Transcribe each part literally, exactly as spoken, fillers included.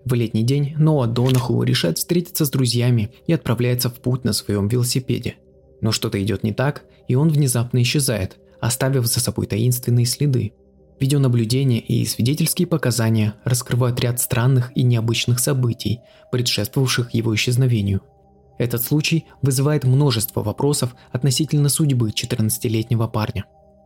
В летний день Ноа Донаху решает встретиться с друзьями и отправляется в путь на своем велосипеде. Но что-то идет не так, и он внезапно исчезает, оставив за собой таинственные следы. Видеонаблюдение и свидетельские показания раскрывают ряд странных и необычных событий, предшествовавших его исчезновению. Этот случай вызывает множество вопросов относительно судьбы четырнадцатилетнего парня.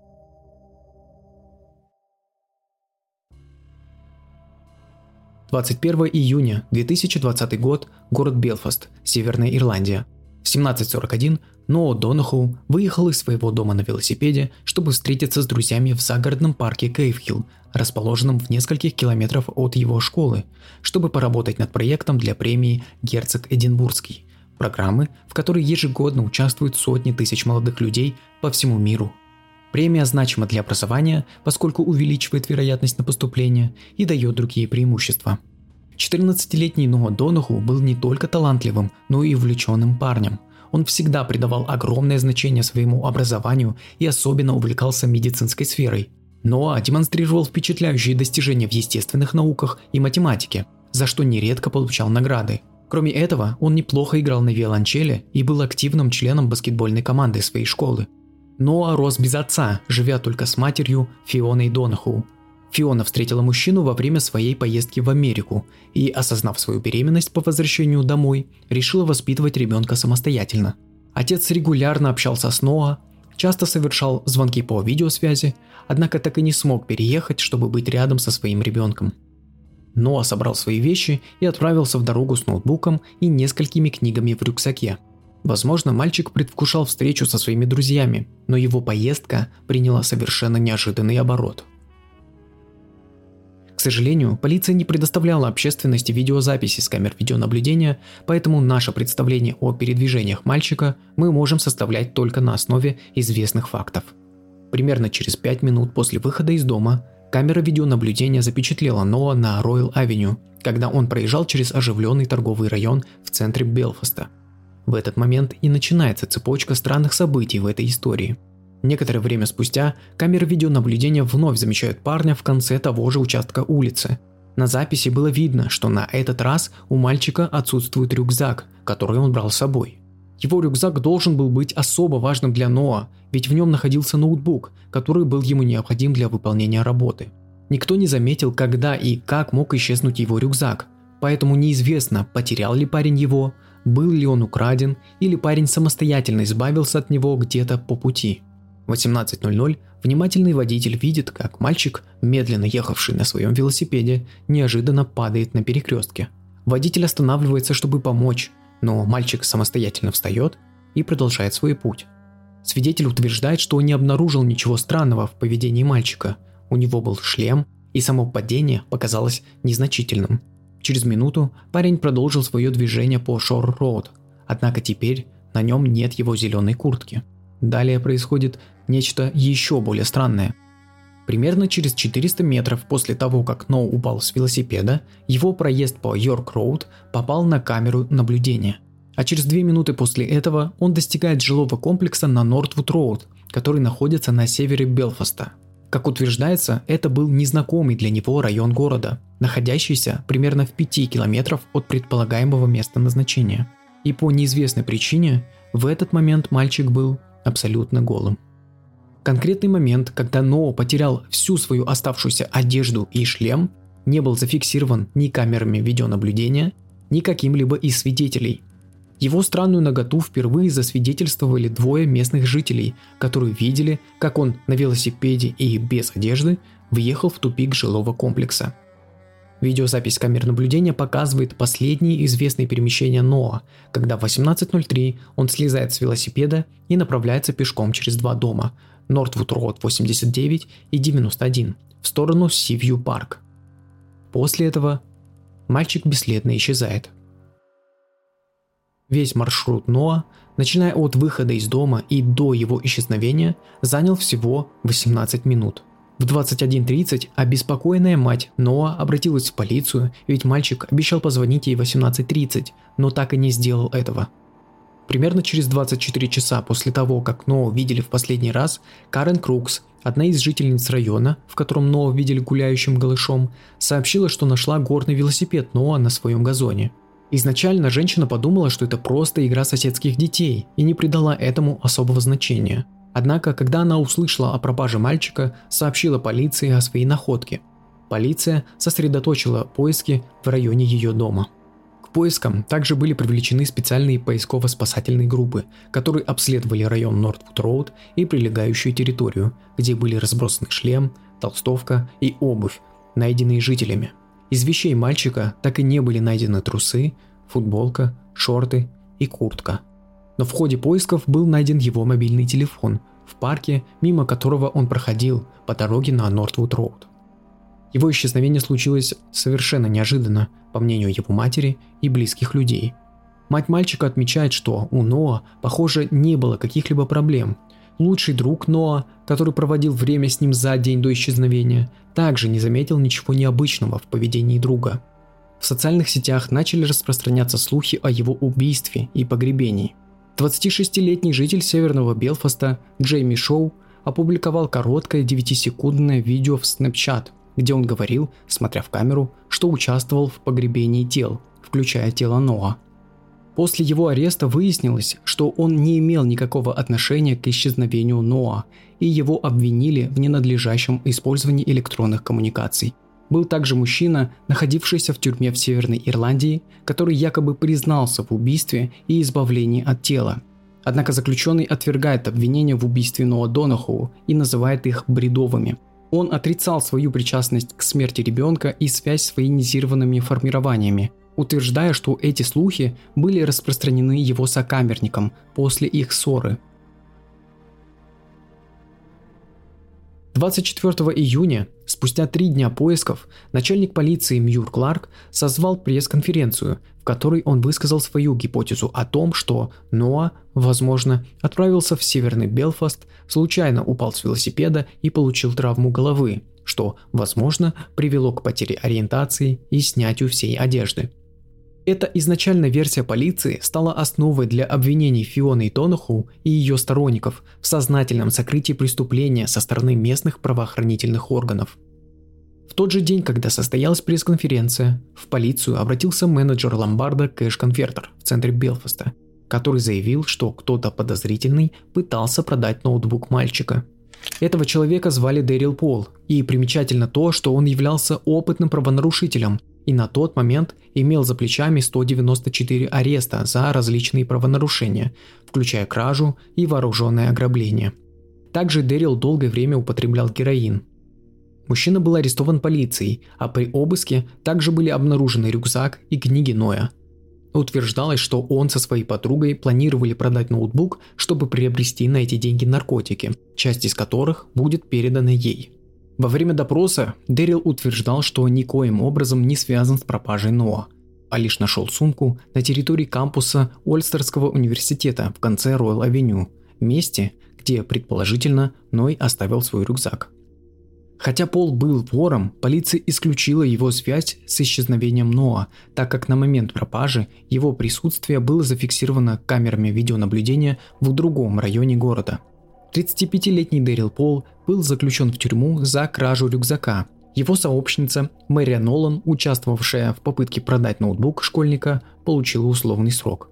двадцать первого июня две тысячи двадцатый год, город Белфаст, Северная Ирландия. В семнадцать сорок один Ноа Донаху выехал из своего дома на велосипеде, чтобы встретиться с друзьями в загородном парке Кейвхилл, расположенном в нескольких километрах от его школы, чтобы поработать над проектом для премии «Герцог Эдинбургский», программы, в которой ежегодно участвуют сотни тысяч молодых людей по всему миру. Премия значима для образования, поскольку увеличивает вероятность на поступление и дает другие преимущества. четырнадцатилетний Ноа Донаху был не только талантливым, но и увлеченным парнем. Он всегда придавал огромное значение своему образованию и особенно увлекался медицинской сферой. Ноа демонстрировал впечатляющие достижения в естественных науках и математике, за что нередко получал награды. Кроме этого, он неплохо играл на виолончели и был активным членом баскетбольной команды своей школы. Ноа рос без отца, живя только с матерью Фионой Донаху. Фиона встретила мужчину во время своей поездки в Америку и, осознав свою беременность по возвращению домой, решила воспитывать ребенка самостоятельно. Отец регулярно общался с Ноа, часто совершал звонки по видеосвязи, однако так и не смог переехать, чтобы быть рядом со своим ребенком. Ноа собрал свои вещи и отправился в дорогу с ноутбуком и несколькими книгами в рюкзаке. Возможно, мальчик предвкушал встречу со своими друзьями, но его поездка приняла совершенно неожиданный оборот. К сожалению, полиция не предоставляла общественности видеозаписи с камер видеонаблюдения, поэтому наше представление о передвижениях мальчика мы можем составлять только на основе известных фактов. Примерно через пять минут после выхода из дома камера видеонаблюдения запечатлела Ноа на Роял-авеню, когда он проезжал через оживленный торговый район в центре Белфаста. В этот момент и начинается цепочка странных событий в этой истории. Некоторое время спустя камеры видеонаблюдения вновь замечают парня в конце того же участка улицы. На записи было видно, что на этот раз у мальчика отсутствует рюкзак, который он брал с собой. Его рюкзак должен был быть особо важным для Ноа, ведь в нем находился ноутбук, который был ему необходим для выполнения работы. Никто не заметил, когда и как мог исчезнуть его рюкзак, поэтому неизвестно, потерял ли парень его, был ли он украден, или парень самостоятельно избавился от него где-то по пути. В восемнадцать ноль ноль внимательный водитель видит, как мальчик, медленно ехавший на своем велосипеде, неожиданно падает на перекрестке. Водитель останавливается, чтобы помочь, но мальчик самостоятельно встает и продолжает свой путь. Свидетель утверждает, что не обнаружил ничего странного в поведении мальчика. У него был шлем, и само падение показалось незначительным. Через минуту парень продолжил свое движение по Шор-Роуд, однако теперь на нем нет его зеленой куртки. Далее происходит нечто еще более странное. Примерно через четыреста метров после того, как Ноа упал с велосипеда, его проезд по Йорк-Роуд попал на камеру наблюдения. А через две минуты после этого он достигает жилого комплекса на Нортвуд-Роуд, который находится на севере Белфаста. Как утверждается, это был незнакомый для него район города, находящийся примерно в пяти километрах от предполагаемого места назначения. И по неизвестной причине в этот момент мальчик был абсолютно голым. Конкретный момент, когда Ноа потерял всю свою оставшуюся одежду и шлем, не был зафиксирован ни камерами видеонаблюдения, ни каким-либо из свидетелей. Его странную наготу впервые засвидетельствовали двое местных жителей, которые видели, как он на велосипеде и без одежды въехал в тупик жилого комплекса. Видеозапись камер наблюдения показывает последние известные перемещения Ноа, когда в восемнадцать ноль три он слезает с велосипеда и направляется пешком через два дома – Нортвуд-Роуд восемьдесят девять и девяносто один в сторону Си-Вью-Парк. После этого мальчик бесследно исчезает. Весь маршрут Ноа, начиная от выхода из дома и до его исчезновения, занял всего восемнадцать минут. В двадцать один тридцать обеспокоенная мать Ноа обратилась в полицию, ведь мальчик обещал позвонить ей в восемнадцать тридцать, но так и не сделал этого. Примерно через двадцать четыре часа после того, как Ноа видели в последний раз, Карен Крукс, одна из жительниц района, в котором Ноа видели гуляющим голышом, сообщила, что нашла горный велосипед Ноа на своем газоне. Изначально женщина подумала, что это просто игра соседских детей и не придала этому особого значения. Однако, когда она услышала о пропаже мальчика, сообщила полиции о своей находке. Полиция сосредоточила поиски в районе ее дома. К поискам также были привлечены специальные поисково-спасательные группы, которые обследовали район Нортвуд-Роуд и прилегающую территорию, где были разбросаны шлем, толстовка и обувь, найденные жителями. Из вещей мальчика так и не были найдены трусы, футболка, шорты и куртка. Но в ходе поисков был найден его мобильный телефон в парке, мимо которого он проходил по дороге на Нортвуд-Роуд. Его исчезновение случилось совершенно неожиданно, по мнению его матери и близких людей. Мать мальчика отмечает, что у Ноа, похоже, не было каких-либо проблем. Лучший друг Ноа, который проводил время с ним за день до исчезновения, также не заметил ничего необычного в поведении друга. В социальных сетях начали распространяться слухи о его убийстве и погребении. двадцатишестилетний житель северного Белфаста Джейми Шоу опубликовал короткое девятисекундное видео в Snapchat, где он говорил, смотря в камеру, что участвовал в погребении тел, включая тело Ноа. После его ареста выяснилось, что он не имел никакого отношения к исчезновению Ноа, и его обвинили в ненадлежащем использовании электронных коммуникаций. Был также мужчина, находившийся в тюрьме в Северной Ирландии, который якобы признался в убийстве и избавлении от тела. Однако заключенный отвергает обвинения в убийстве Ноа Донахоу и называет их бредовыми. Он отрицал свою причастность к смерти ребенка и связь с военизированными формированиями, утверждая, что эти слухи были распространены его сокамерникам после их ссоры. двадцать четвёртого июня, спустя три дня поисков, начальник полиции Мьюр Кларк созвал пресс-конференцию, в которой он высказал свою гипотезу о том, что Ноа, возможно, отправился в Северный Белфаст, случайно упал с велосипеда и получил травму головы, что, возможно, привело к потере ориентации и снятию всей одежды. Эта изначальная версия полиции стала основой для обвинений Фионы Донахоу и ее сторонников в сознательном сокрытии преступления со стороны местных правоохранительных органов. В тот же день, когда состоялась пресс-конференция, в полицию обратился менеджер ломбарда Cash Converter в центре Белфаста, который заявил, что кто-то подозрительный пытался продать ноутбук мальчика. Этого человека звали Дэрил Пол, и примечательно то, что он являлся опытным правонарушителем и на тот момент имел за плечами сто девяносто четыре ареста за различные правонарушения, включая кражу и вооруженное ограбление. Также Дэрил долгое время употреблял героин. Мужчина был арестован полицией, а при обыске также были обнаружены рюкзак и книги Ноя. Утверждалось, что он со своей подругой планировали продать ноутбук, чтобы приобрести на эти деньги наркотики, часть из которых будет передана ей. Во время допроса Дэрил утверждал, что никоим образом не связан с пропажей Ноа, а лишь нашел сумку на территории кампуса Ольстерского университета в конце Роyal-авеню, месте, где, предположительно, Ной оставил свой рюкзак. Хотя Пол был вором, полиция исключила его связь с исчезновением Ноа, так как на момент пропажи его присутствие было зафиксировано камерами видеонаблюдения в другом районе города. тридцатипятилетний Дэрил Пол был заключен в тюрьму за кражу рюкзака. Его сообщница Мэрия Нолан, участвовавшая в попытке продать ноутбук школьника, получила условный срок.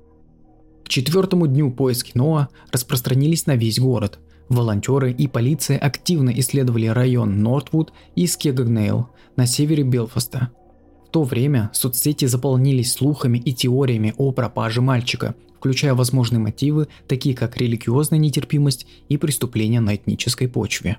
К четвертому дню поиски Ноа распространились на весь город. Волонтеры и полиция активно исследовали район Нортвуд и Скегагнейл на севере Белфаста. В то время соцсети заполнились слухами и теориями о пропаже мальчика, включая возможные мотивы, такие как религиозная нетерпимость и преступления на этнической почве.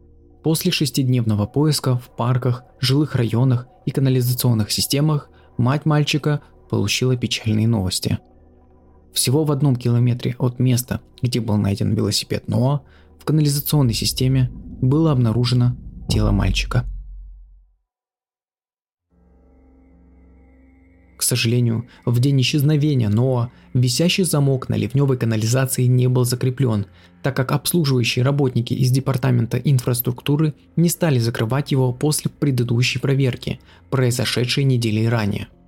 После шестидневного поиска в парках, жилых районах и канализационных системах мать мальчика получила печальные новости. Всего в одном километре от места, где был найден велосипед Ноа, в канализационной системе было обнаружено тело мальчика. К сожалению, в день исчезновения Ноа висящий замок на ливневой канализации не был закреплен, так как обслуживающие работники из департамента инфраструктуры не стали закрывать его после предыдущей проверки, произошедшей недели ранее.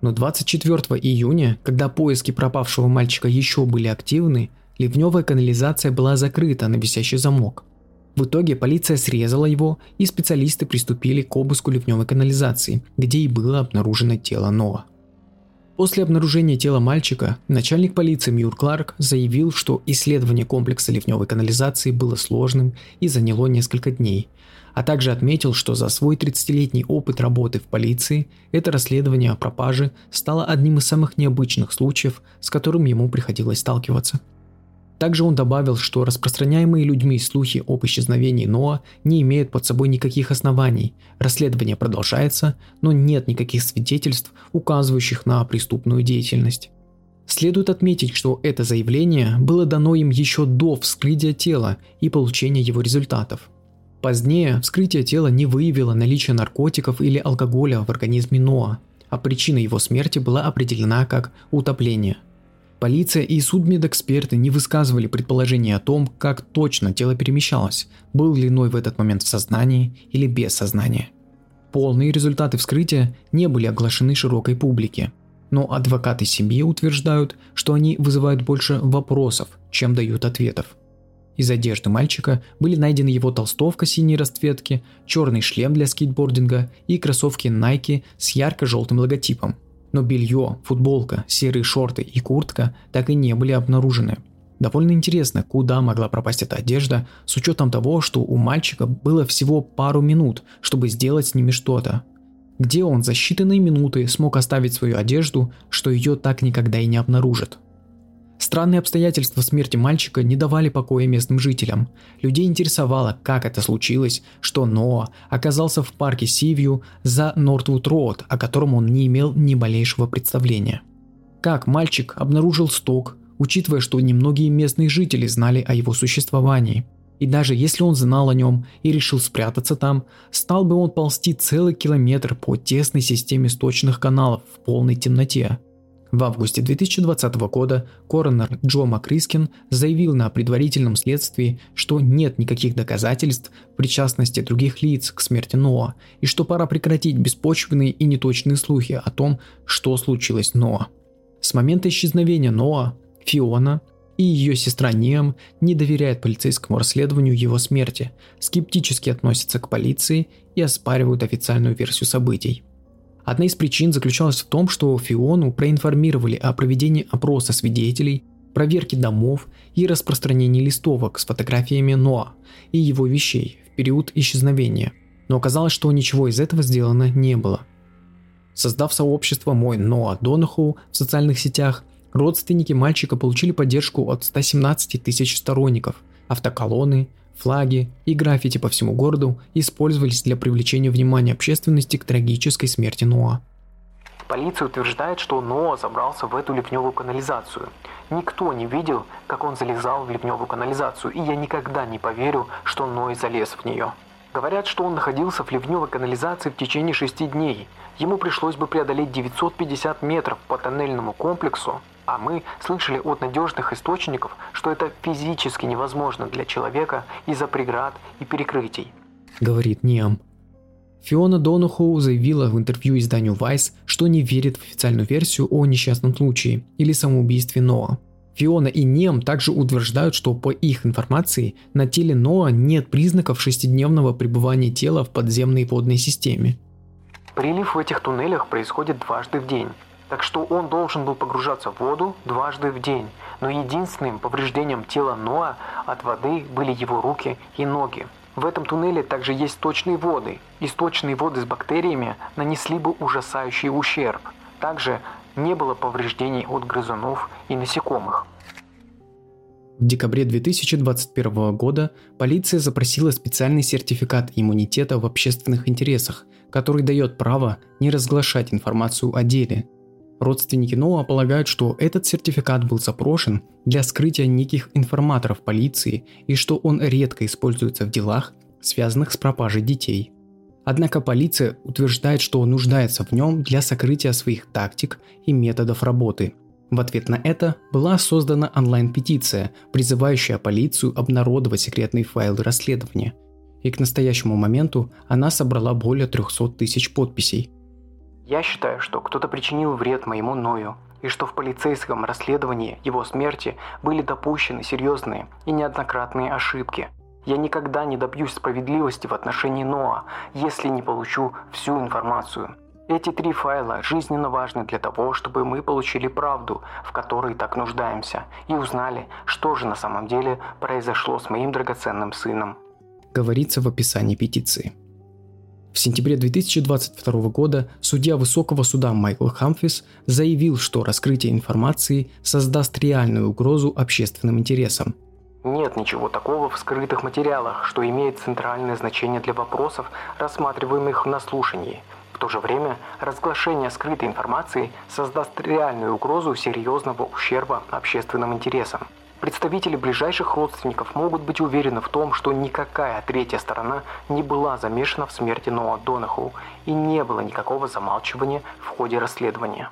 Но двадцать четвёртого июня, когда поиски пропавшего мальчика еще были активны, ливневая канализация была закрыта на висящий замок. В итоге полиция срезала его, и специалисты приступили к обыску ливневой канализации, где и было обнаружено тело Ноа. После обнаружения тела мальчика, начальник полиции Мюр Кларк заявил, что исследование комплекса ливневой канализации было сложным и заняло несколько дней, а также отметил, что за свой тридцатилетний опыт работы в полиции это расследование о пропаже стало одним из самых необычных случаев, с которым ему приходилось сталкиваться. Также он добавил, что распространяемые людьми слухи об исчезновении Ноа не имеют под собой никаких оснований, расследование продолжается, но нет никаких свидетельств, указывающих на преступную деятельность. Следует отметить, что это заявление было дано им еще до вскрытия тела и получения его результатов. Позднее вскрытие тела не выявило наличие наркотиков или алкоголя в организме Ноа, а причина его смерти была определена как утопление. Полиция и судмедэксперты не высказывали предположений о том, как точно тело перемещалось, был ли Ной в этот момент в сознании или без сознания. Полные результаты вскрытия не были оглашены широкой публике, но адвокаты семьи утверждают, что они вызывают больше вопросов, чем дают ответов. Из одежды мальчика были найдены его толстовка синей расцветки, черный шлем для скейтбординга и кроссовки Nike с ярко-желтым логотипом. Но белье, футболка, серые шорты и куртка так и не были обнаружены. Довольно интересно, куда могла пропасть эта одежда, с учетом того, что у мальчика было всего пару минут, чтобы сделать с ними что-то. Где он за считанные минуты смог оставить свою одежду, что ее так никогда и не обнаружат? Странные обстоятельства смерти мальчика не давали покоя местным жителям. Людей интересовало, как это случилось, что Ноа оказался в парке Сивью за Нортвуд-Роуд, о котором он не имел ни малейшего представления. Как мальчик обнаружил сток, учитывая, что немногие местные жители знали о его существовании. И даже если он знал о нем и решил спрятаться там, стал бы он ползти целый километр по тесной системе сточных каналов в полной темноте. В августе две тысячи двадцатого года коронер Джо Макрискин заявил на предварительном следствии, что нет никаких доказательств причастности других лиц к смерти Ноа и что пора прекратить беспочвенные и неточные слухи о том, что случилось с Ноа. С момента исчезновения Ноа Фиона и ее сестра Ниам не доверяют полицейскому расследованию его смерти, скептически относятся к полиции и оспаривают официальную версию событий. Одна из причин заключалась в том, что Фиону проинформировали о проведении опроса свидетелей, проверки домов и распространении листовок с фотографиями Ноа и его вещей в период исчезновения, но оказалось, что ничего из этого сделано не было. Создав сообщество «Мой Ноа Донаху» в социальных сетях, родственники мальчика получили поддержку от ста семнадцати тысяч сторонников, автоколонны, флаги и граффити по всему городу использовались для привлечения внимания общественности к трагической смерти Ноа. Полиция утверждает, что Ноа забрался в эту ливневую канализацию. Никто не видел, как он залезал в ливневую канализацию, и я никогда не поверю, что Ной залез в нее. Говорят, что он находился в ливневой канализации в течение шести дней. Ему пришлось бы преодолеть девятьсот пятьдесят метров по тоннельному комплексу, а мы слышали от надежных источников, что это физически невозможно для человека из-за преград и перекрытий. Говорит Ниам. Фиона Донаху заявила в интервью изданию Vice, что не верит в официальную версию о несчастном случае или самоубийстве Ноа. Фиона и Ниам также утверждают, что по их информации на теле Ноа нет признаков шестидневного пребывания тела в подземной водной системе. Прилив в этих туннелях происходит дважды в день, так что он должен был погружаться в воду дважды в день, но единственным повреждением тела Ноа от воды были его руки и ноги. В этом туннеле также есть сточные воды, и сточные воды с бактериями нанесли бы ужасающий ущерб. Также не было повреждений от грызунов и насекомых. В декабре две тысячи двадцать первого года полиция запросила специальный сертификат иммунитета в общественных интересах, который дает право не разглашать информацию о деле. Родственники Ноа полагают, что этот сертификат был запрошен для скрытия неких информаторов полиции и что он редко используется в делах, связанных с пропажей детей. Однако полиция утверждает, что нуждается в нем для сокрытия своих тактик и методов работы. В ответ на это была создана онлайн-петиция, призывающая полицию обнародовать секретные файлы расследования. И к настоящему моменту она собрала более трехсот тысяч подписей. Я считаю, что кто-то причинил вред моему Ною, и что в полицейском расследовании его смерти были допущены серьезные и неоднократные ошибки. Я никогда не добьюсь справедливости в отношении Ноа, если не получу всю информацию. Эти три файла жизненно важны для того, чтобы мы получили правду, в которой так нуждаемся, и узнали, что же на самом деле произошло с моим драгоценным сыном. Говорится в описании петиции. В сентябре две тысячи двадцать второго года судья Высокого суда Майкл Хамфрис заявил, что раскрытие информации создаст реальную угрозу общественным интересам. Нет ничего такого в скрытых материалах, что имеет центральное значение для вопросов, рассматриваемых на слушании. В то же время разглашение скрытой информации создаст реальную угрозу серьезного ущерба общественным интересам. Представители ближайших родственников могут быть уверены в том, что никакая третья сторона не была замешана в смерти Ноа Донаху и не было никакого замалчивания в ходе расследования.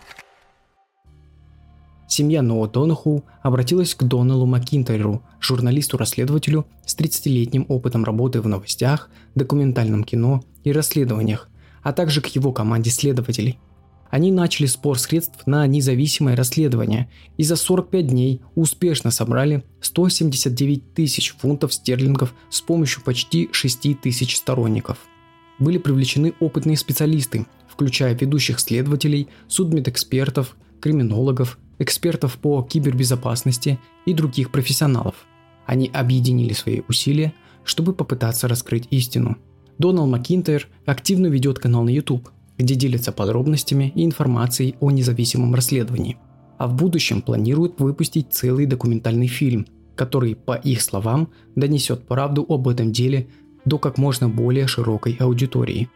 Семья Ноа Донаху обратилась к Доналу Макинтайру, журналисту-расследователю с тридцатилетним опытом работы в новостях, документальном кино и расследованиях, а также к его команде следователей. Они начали сбор средств на независимое расследование и за сорок пять дней успешно собрали сто семьдесят девять тысяч фунтов стерлингов с помощью почти шесть тысяч сторонников. Были привлечены опытные специалисты, включая ведущих следователей, судмедэкспертов, криминологов, экспертов по кибербезопасности и других профессионалов. Они объединили свои усилия, чтобы попытаться раскрыть истину. Донал Макинтайр активно ведет канал на YouTube, где делится подробностями и информацией о независимом расследовании. А в будущем планирует выпустить целый документальный фильм, который, по их словам, донесет правду об этом деле до как можно более широкой аудитории.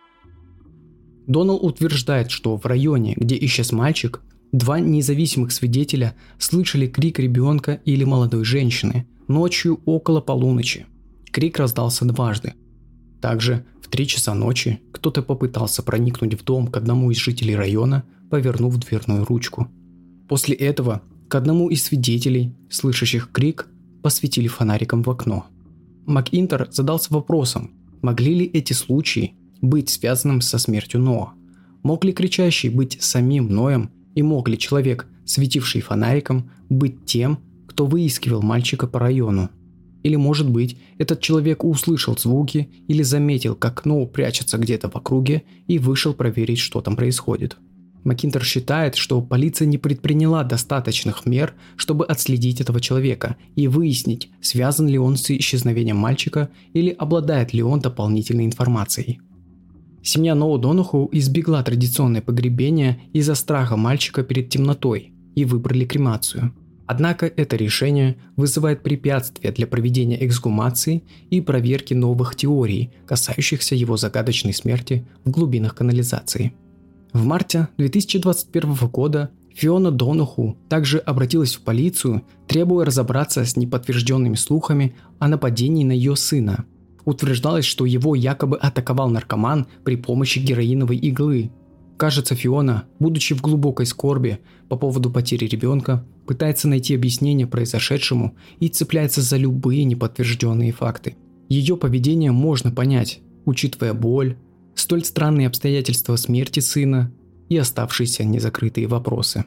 Донал утверждает, что в районе, где исчез мальчик, два независимых свидетеля слышали крик ребенка или молодой женщины ночью около полуночи. Крик раздался дважды. Также в три часа ночи кто-то попытался проникнуть в дом к одному из жителей района, повернув дверную ручку. После этого к одному из свидетелей, слышащих крик, посветили фонариком в окно. Макинтайр задался вопросом, могли ли эти случаи быть связанным со смертью Ноа? Мог ли кричащий быть самим Ноем и мог ли человек, светивший фонариком, быть тем, кто выискивал мальчика по району? Или, может быть, этот человек услышал звуки или заметил, как Ноу прячется где-то в округе и вышел проверить, что там происходит. Макинтайр считает, что полиция не предприняла достаточных мер, чтобы отследить этого человека и выяснить, связан ли он с исчезновением мальчика или обладает ли он дополнительной информацией. Семья Ноа Донаху избегла традиционное погребение из-за страха мальчика перед темнотой и выбрали кремацию. Однако это решение вызывает препятствия для проведения эксгумации и проверки новых теорий, касающихся его загадочной смерти в глубинах канализации. В марте две тысячи двадцать первого года Фиона Донаху также обратилась в полицию, требуя разобраться с неподтвержденными слухами о нападении на ее сына. Утверждалось, что его якобы атаковал наркоман при помощи героиновой иглы. Кажется, Фиона, будучи в глубокой скорби по поводу потери ребенка, пытается найти объяснение произошедшему и цепляется за любые неподтвержденные факты. Ее поведение можно понять, учитывая боль, столь странные обстоятельства смерти сына и оставшиеся незакрытые вопросы.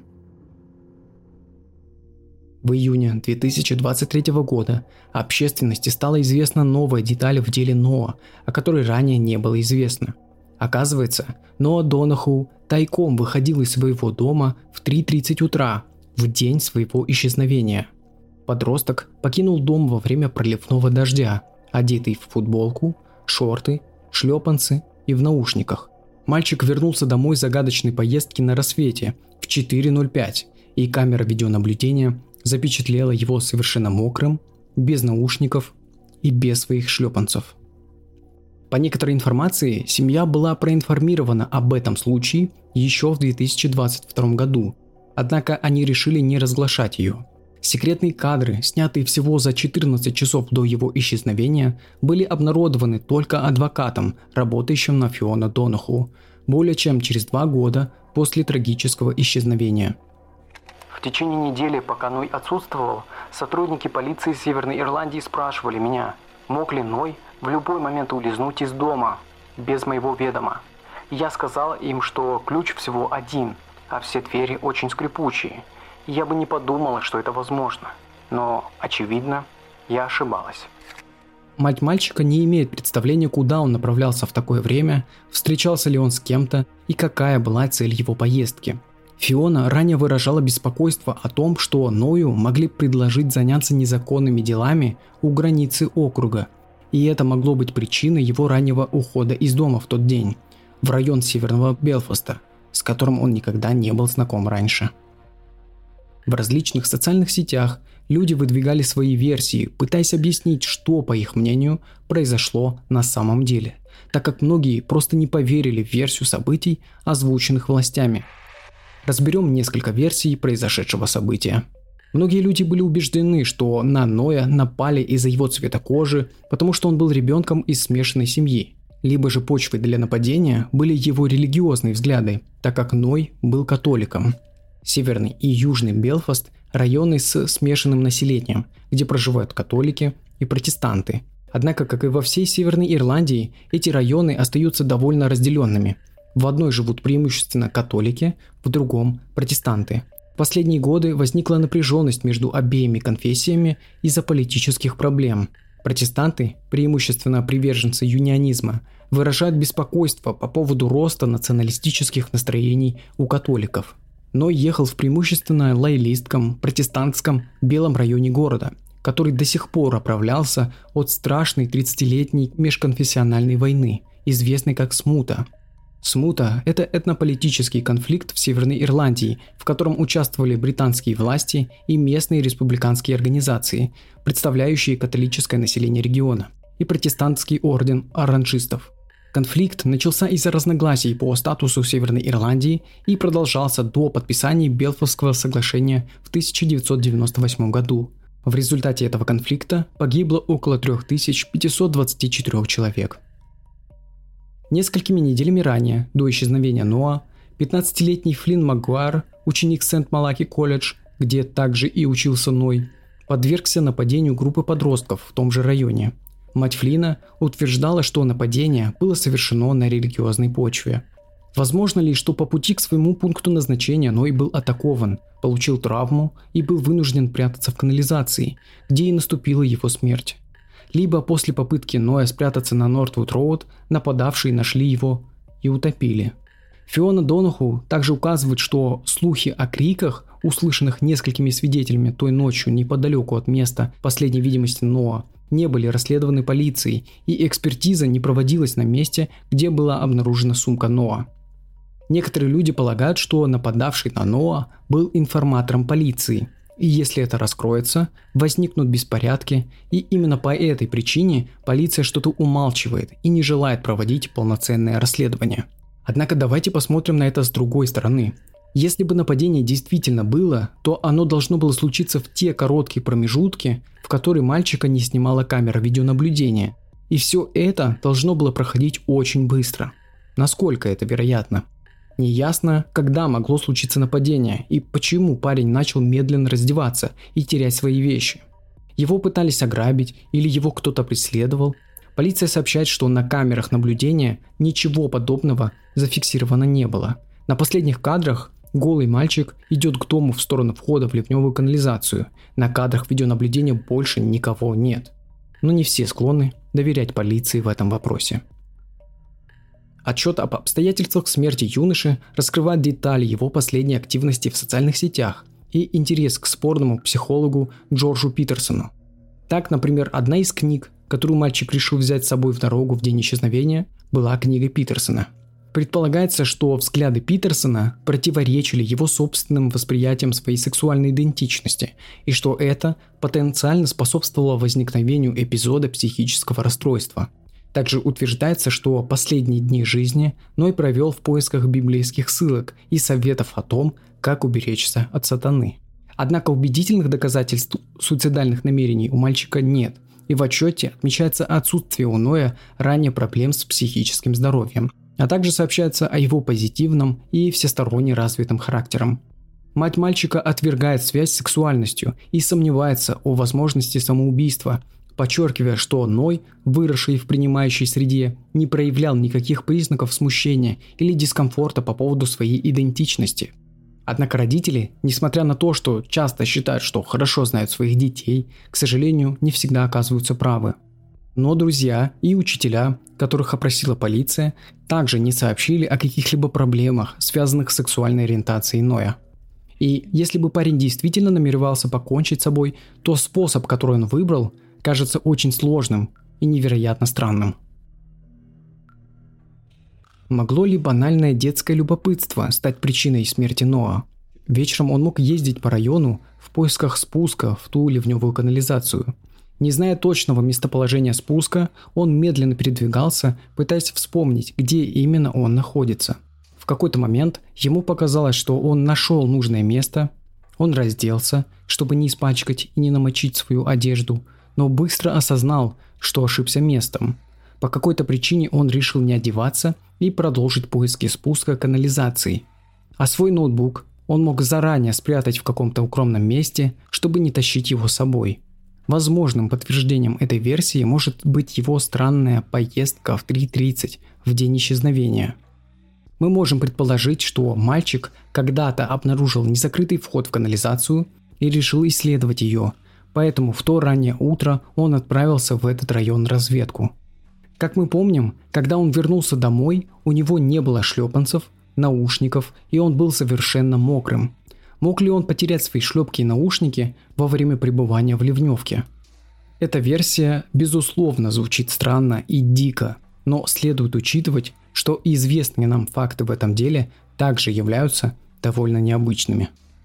В июне две тысячи двадцать третьего года общественности стала известна новая деталь в деле Ноа, о которой ранее не было известно. Оказывается, Ноа Донаху тайком выходил из своего дома в три тридцать утра, в день своего исчезновения. Подросток покинул дом во время проливного дождя, одетый в футболку, шорты, шлепанцы и в наушниках. Мальчик вернулся домой с загадочной поездки на рассвете в четыре ноль пять, и камера видеонаблюдения запечатлела его совершенно мокрым, без наушников и без своих шлепанцев. По некоторой информации, семья была проинформирована об этом случае еще в две тысячи двадцать втором году, однако они решили не разглашать ее. Секретные кадры, снятые всего за четырнадцать часов до его исчезновения, были обнародованы только адвокатом, работающим на Фиона Донаху, более чем через два года после трагического исчезновения. В течение недели, пока Ной отсутствовал, сотрудники полиции Северной Ирландии спрашивали меня, мог ли Ной в любой момент улизнуть из дома, без моего ведома. Я сказала им, что ключ всего один, а все двери очень скрипучие. Я бы не подумала, что это возможно. Но, очевидно, я ошибалась. Мать мальчика не имеет представления, куда он направлялся в такое время, встречался ли он с кем-то и какая была цель его поездки. Фиона ранее выражала беспокойство о том, что Ною могли предложить заняться незаконными делами у границы округа, и это могло быть причиной его раннего ухода из дома в тот день, в район Северного Белфаста, с которым он никогда не был знаком раньше. В различных социальных сетях люди выдвигали свои версии, пытаясь объяснить, что, по их мнению, произошло на самом деле, так как многие просто не поверили в версию событий, озвученных властями. Разберем несколько версий произошедшего события. Многие люди были убеждены, что на Ноя напали из-за его цвета кожи, потому что он был ребенком из смешанной семьи. Либо же почвой для нападения были его религиозные взгляды, так как Ной был католиком. Северный и Южный Белфаст – районы с смешанным населением, где проживают католики и протестанты. Однако, как и во всей Северной Ирландии, эти районы остаются довольно разделенными. В одной живут преимущественно католики, в другом – протестанты. В последние годы возникла напряженность между обеими конфессиями из-за политических проблем. Протестанты, преимущественно приверженцы юнионизма, выражают беспокойство по поводу роста националистических настроений у католиков. Ной ехал в преимущественно лоялистском, протестантском, белом районе города, который до сих пор оправлялся от страшной тридцатилетней межконфессиональной войны, известной как Смута. Смута – это этнополитический конфликт в Северной Ирландии, в котором участвовали британские власти и местные республиканские организации, представляющие католическое население региона, и протестантский орден оранжистов. Конфликт начался из-за разногласий по статусу Северной Ирландии и продолжался до подписания Белфастского соглашения в тысяча девятьсот девяносто восьмом году. В результате этого конфликта погибло около три тысячи пятьсот двадцать четыре человек. Несколькими неделями ранее, до исчезновения Ноа, пятнадцатилетний Флинн Магуайр, ученик Сент-Малаки колледж, где также и учился Ной, подвергся нападению группы подростков в том же районе. Мать Флина утверждала, что нападение было совершено на религиозной почве. Возможно ли, что по пути к своему пункту назначения Ной был атакован, получил травму и был вынужден прятаться в канализации, где и наступила его смерть? Либо после попытки Ноя спрятаться на Нортвуд-Роуд нападавшие нашли его и утопили. Фиона Донаху также указывает, что слухи о криках, услышанных несколькими свидетелями той ночью неподалеку от места последней видимости Ноа, не были расследованы полицией, и экспертиза не проводилась на месте, где была обнаружена сумка Ноа. Некоторые люди полагают, что нападавший на Ноа был информатором полиции, и если это раскроется, возникнут беспорядки, и именно по этой причине полиция что-то умалчивает и не желает проводить полноценное расследование. Однако давайте посмотрим на это с другой стороны. Если бы нападение действительно было, то оно должно было случиться в те короткие промежутки, в которые мальчика не снимала камера видеонаблюдения. И все это должно было проходить очень быстро. Насколько это вероятно? Неясно, когда могло случиться нападение и почему парень начал медленно раздеваться и терять свои вещи. Его пытались ограбить или его кто-то преследовал. Полиция сообщает, что на камерах наблюдения ничего подобного зафиксировано не было. На последних кадрах голый мальчик идет к дому в сторону входа в ливневую канализацию. На кадрах видеонаблюдения больше никого нет. Но не все склонны доверять полиции в этом вопросе. Отчет об обстоятельствах смерти юноши раскрывает детали его последней активности в социальных сетях и интерес к спорному психологу Джорджу Питерсону. Так, например, одна из книг, которую мальчик решил взять с собой в дорогу в день исчезновения, была книгой Питерсона. Предполагается, что взгляды Питерсона противоречили его собственным восприятиям своей сексуальной идентичности, и что это потенциально способствовало возникновению эпизода психического расстройства. Также утверждается, что последние дни жизни Ной провел в поисках библейских ссылок и советов о том, как уберечься от сатаны. Однако убедительных доказательств суицидальных намерений у мальчика нет, и в отчете отмечается отсутствие у Ноя ранее проблем с психическим здоровьем, а также сообщается о его позитивном и всесторонне развитым характером. Мать мальчика отвергает связь с сексуальностью и сомневается о возможности самоубийства, подчеркивая, что Ной, выросший в принимающей среде, не проявлял никаких признаков смущения или дискомфорта по поводу своей идентичности. Однако родители, несмотря на то, что часто считают, что хорошо знают своих детей, к сожалению, не всегда оказываются правы. Но друзья и учителя, которых опросила полиция, также не сообщили о каких-либо проблемах, связанных с сексуальной ориентацией Ноя. И если бы парень действительно намеревался покончить с собой, то способ, который он выбрал, кажется очень сложным и невероятно странным. Могло ли банальное детское любопытство стать причиной смерти Ноа? Вечером он мог ездить по району в поисках спуска в ту ливневую канализацию. Не зная точного местоположения спуска, он медленно передвигался, пытаясь вспомнить, где именно он находится. В какой-то момент ему показалось, что он нашел нужное место. Он разделся, чтобы не испачкать и не намочить свою одежду, но быстро осознал, что ошибся местом. По какой-то причине он решил не одеваться и продолжить поиски спуска канализации. А свой ноутбук он мог заранее спрятать в каком-то укромном месте, чтобы не тащить его с собой. Возможным подтверждением этой версии может быть его странная поездка в три тридцать в день исчезновения. Мы можем предположить, что мальчик когда-то обнаружил незакрытый вход в канализацию и решил исследовать ее, поэтому в то раннее утро он отправился в этот район разведку. Как мы помним, когда он вернулся домой, у него не было шлепанцев, наушников, и он был совершенно мокрым. Мог ли он потерять свои шлепки и наушники во время пребывания в ливневке? Эта версия, безусловно, звучит странно и дико, но следует учитывать, что известные нам факты в этом деле также являются довольно необычными.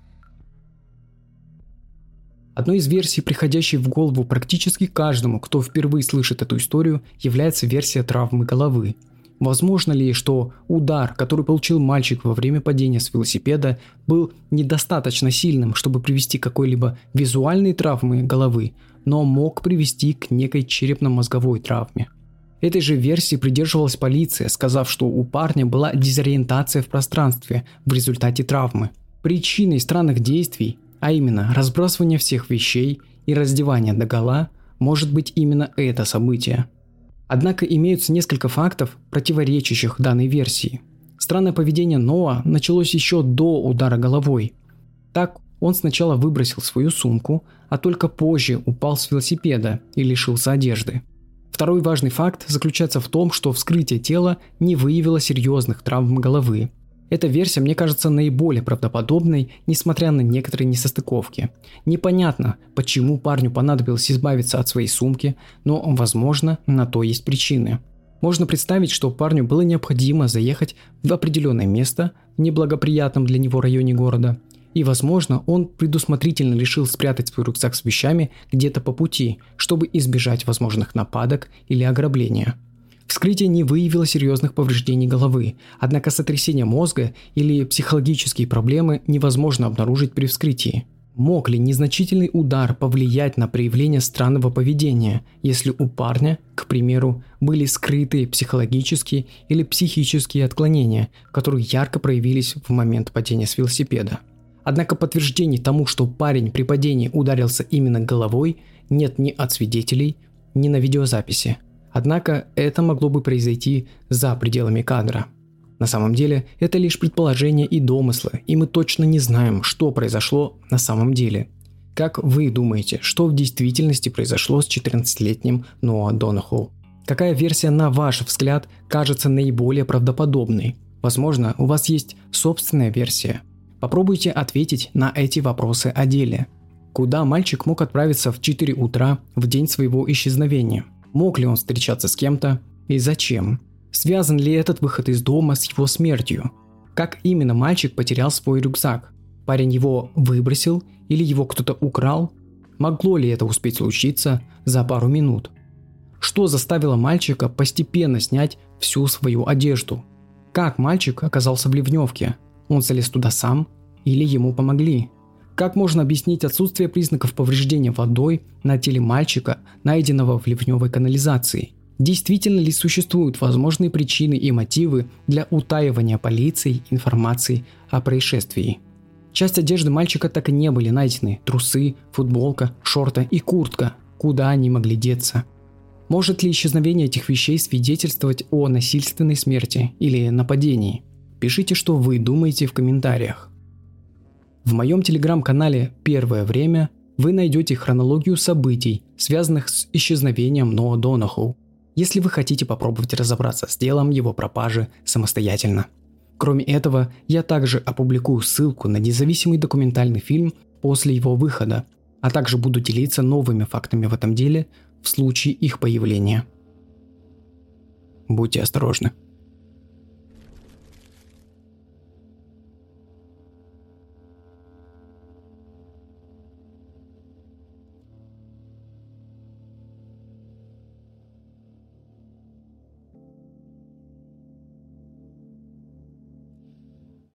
Одной из версий, приходящей в голову практически каждому, кто впервые слышит эту историю, является версия травмы головы. Возможно ли, что удар, который получил мальчик во время падения с велосипеда, был недостаточно сильным, чтобы привести к какой-либо визуальной травме головы, но мог привести к некой черепно-мозговой травме? Этой же версии придерживалась полиция, сказав, что у парня была дезориентация в пространстве в результате травмы. Причиной странных действий, а именно разбрасывание всех вещей и раздевание догола, может быть именно это событие. Однако имеются несколько фактов, противоречащих данной версии. Странное поведение Ноа началось еще до удара головой. Так, он сначала выбросил свою сумку, а только позже упал с велосипеда и лишился одежды. Второй важный факт заключается в том, что вскрытие тела не выявило серьезных травм головы. Эта версия мне кажется наиболее правдоподобной, несмотря на некоторые несостыковки. Непонятно, почему парню понадобилось избавиться от своей сумки, но, возможно, на то есть причины. Можно представить, что парню было необходимо заехать в определенное место в неблагоприятном для него районе города, и, возможно, он предусмотрительно решил спрятать свой рюкзак с вещами где-то по пути, чтобы избежать возможных нападок или ограбления. Вскрытие не выявило серьезных повреждений головы, однако сотрясение мозга или психологические проблемы невозможно обнаружить при вскрытии. Мог ли незначительный удар повлиять на проявление странного поведения, если у парня, к примеру, были скрытые психологические или психические отклонения, которые ярко проявились в момент падения с велосипеда? Однако подтверждений тому, что парень при падении ударился именно головой, нет ни от свидетелей, ни на видеозаписи. Однако это могло бы произойти за пределами кадра. На самом деле это лишь предположения и домыслы, и мы точно не знаем, что произошло на самом деле. Как вы думаете, что в действительности произошло с четырнадцатилетним Ноа Донахоу? Какая версия, на ваш взгляд, кажется наиболее правдоподобной? Возможно, у вас есть собственная версия. Попробуйте ответить на эти вопросы о деле. Куда мальчик мог отправиться в четыре утра в день своего исчезновения? Мог ли он встречаться с кем-то и зачем? Связан ли этот выход из дома с его смертью? Как именно мальчик потерял свой рюкзак? Парень его выбросил или его кто-то украл? Могло ли это успеть случиться за пару минут? Что заставило мальчика постепенно снять всю свою одежду? Как мальчик оказался в ливневке? Он залез туда сам или ему помогли? Как можно объяснить отсутствие признаков повреждения водой на теле мальчика, найденного в ливневой канализации? Действительно ли существуют возможные причины и мотивы для утаивания полицией информации о происшествии? Часть одежды мальчика так и не были найдены: трусы, футболка, шорты и куртка. К куда они могли деться. Может ли исчезновение этих вещей свидетельствовать о насильственной смерти или нападении? Пишите, что вы думаете в комментариях. В моем телеграм-канале «Первое время» вы найдете хронологию событий, связанных с исчезновением Ноа Донахоу, если вы хотите попробовать разобраться с делом его пропажи самостоятельно. Кроме этого, я также опубликую ссылку на независимый документальный фильм после его выхода, а также буду делиться новыми фактами в этом деле в случае их появления. Будьте осторожны.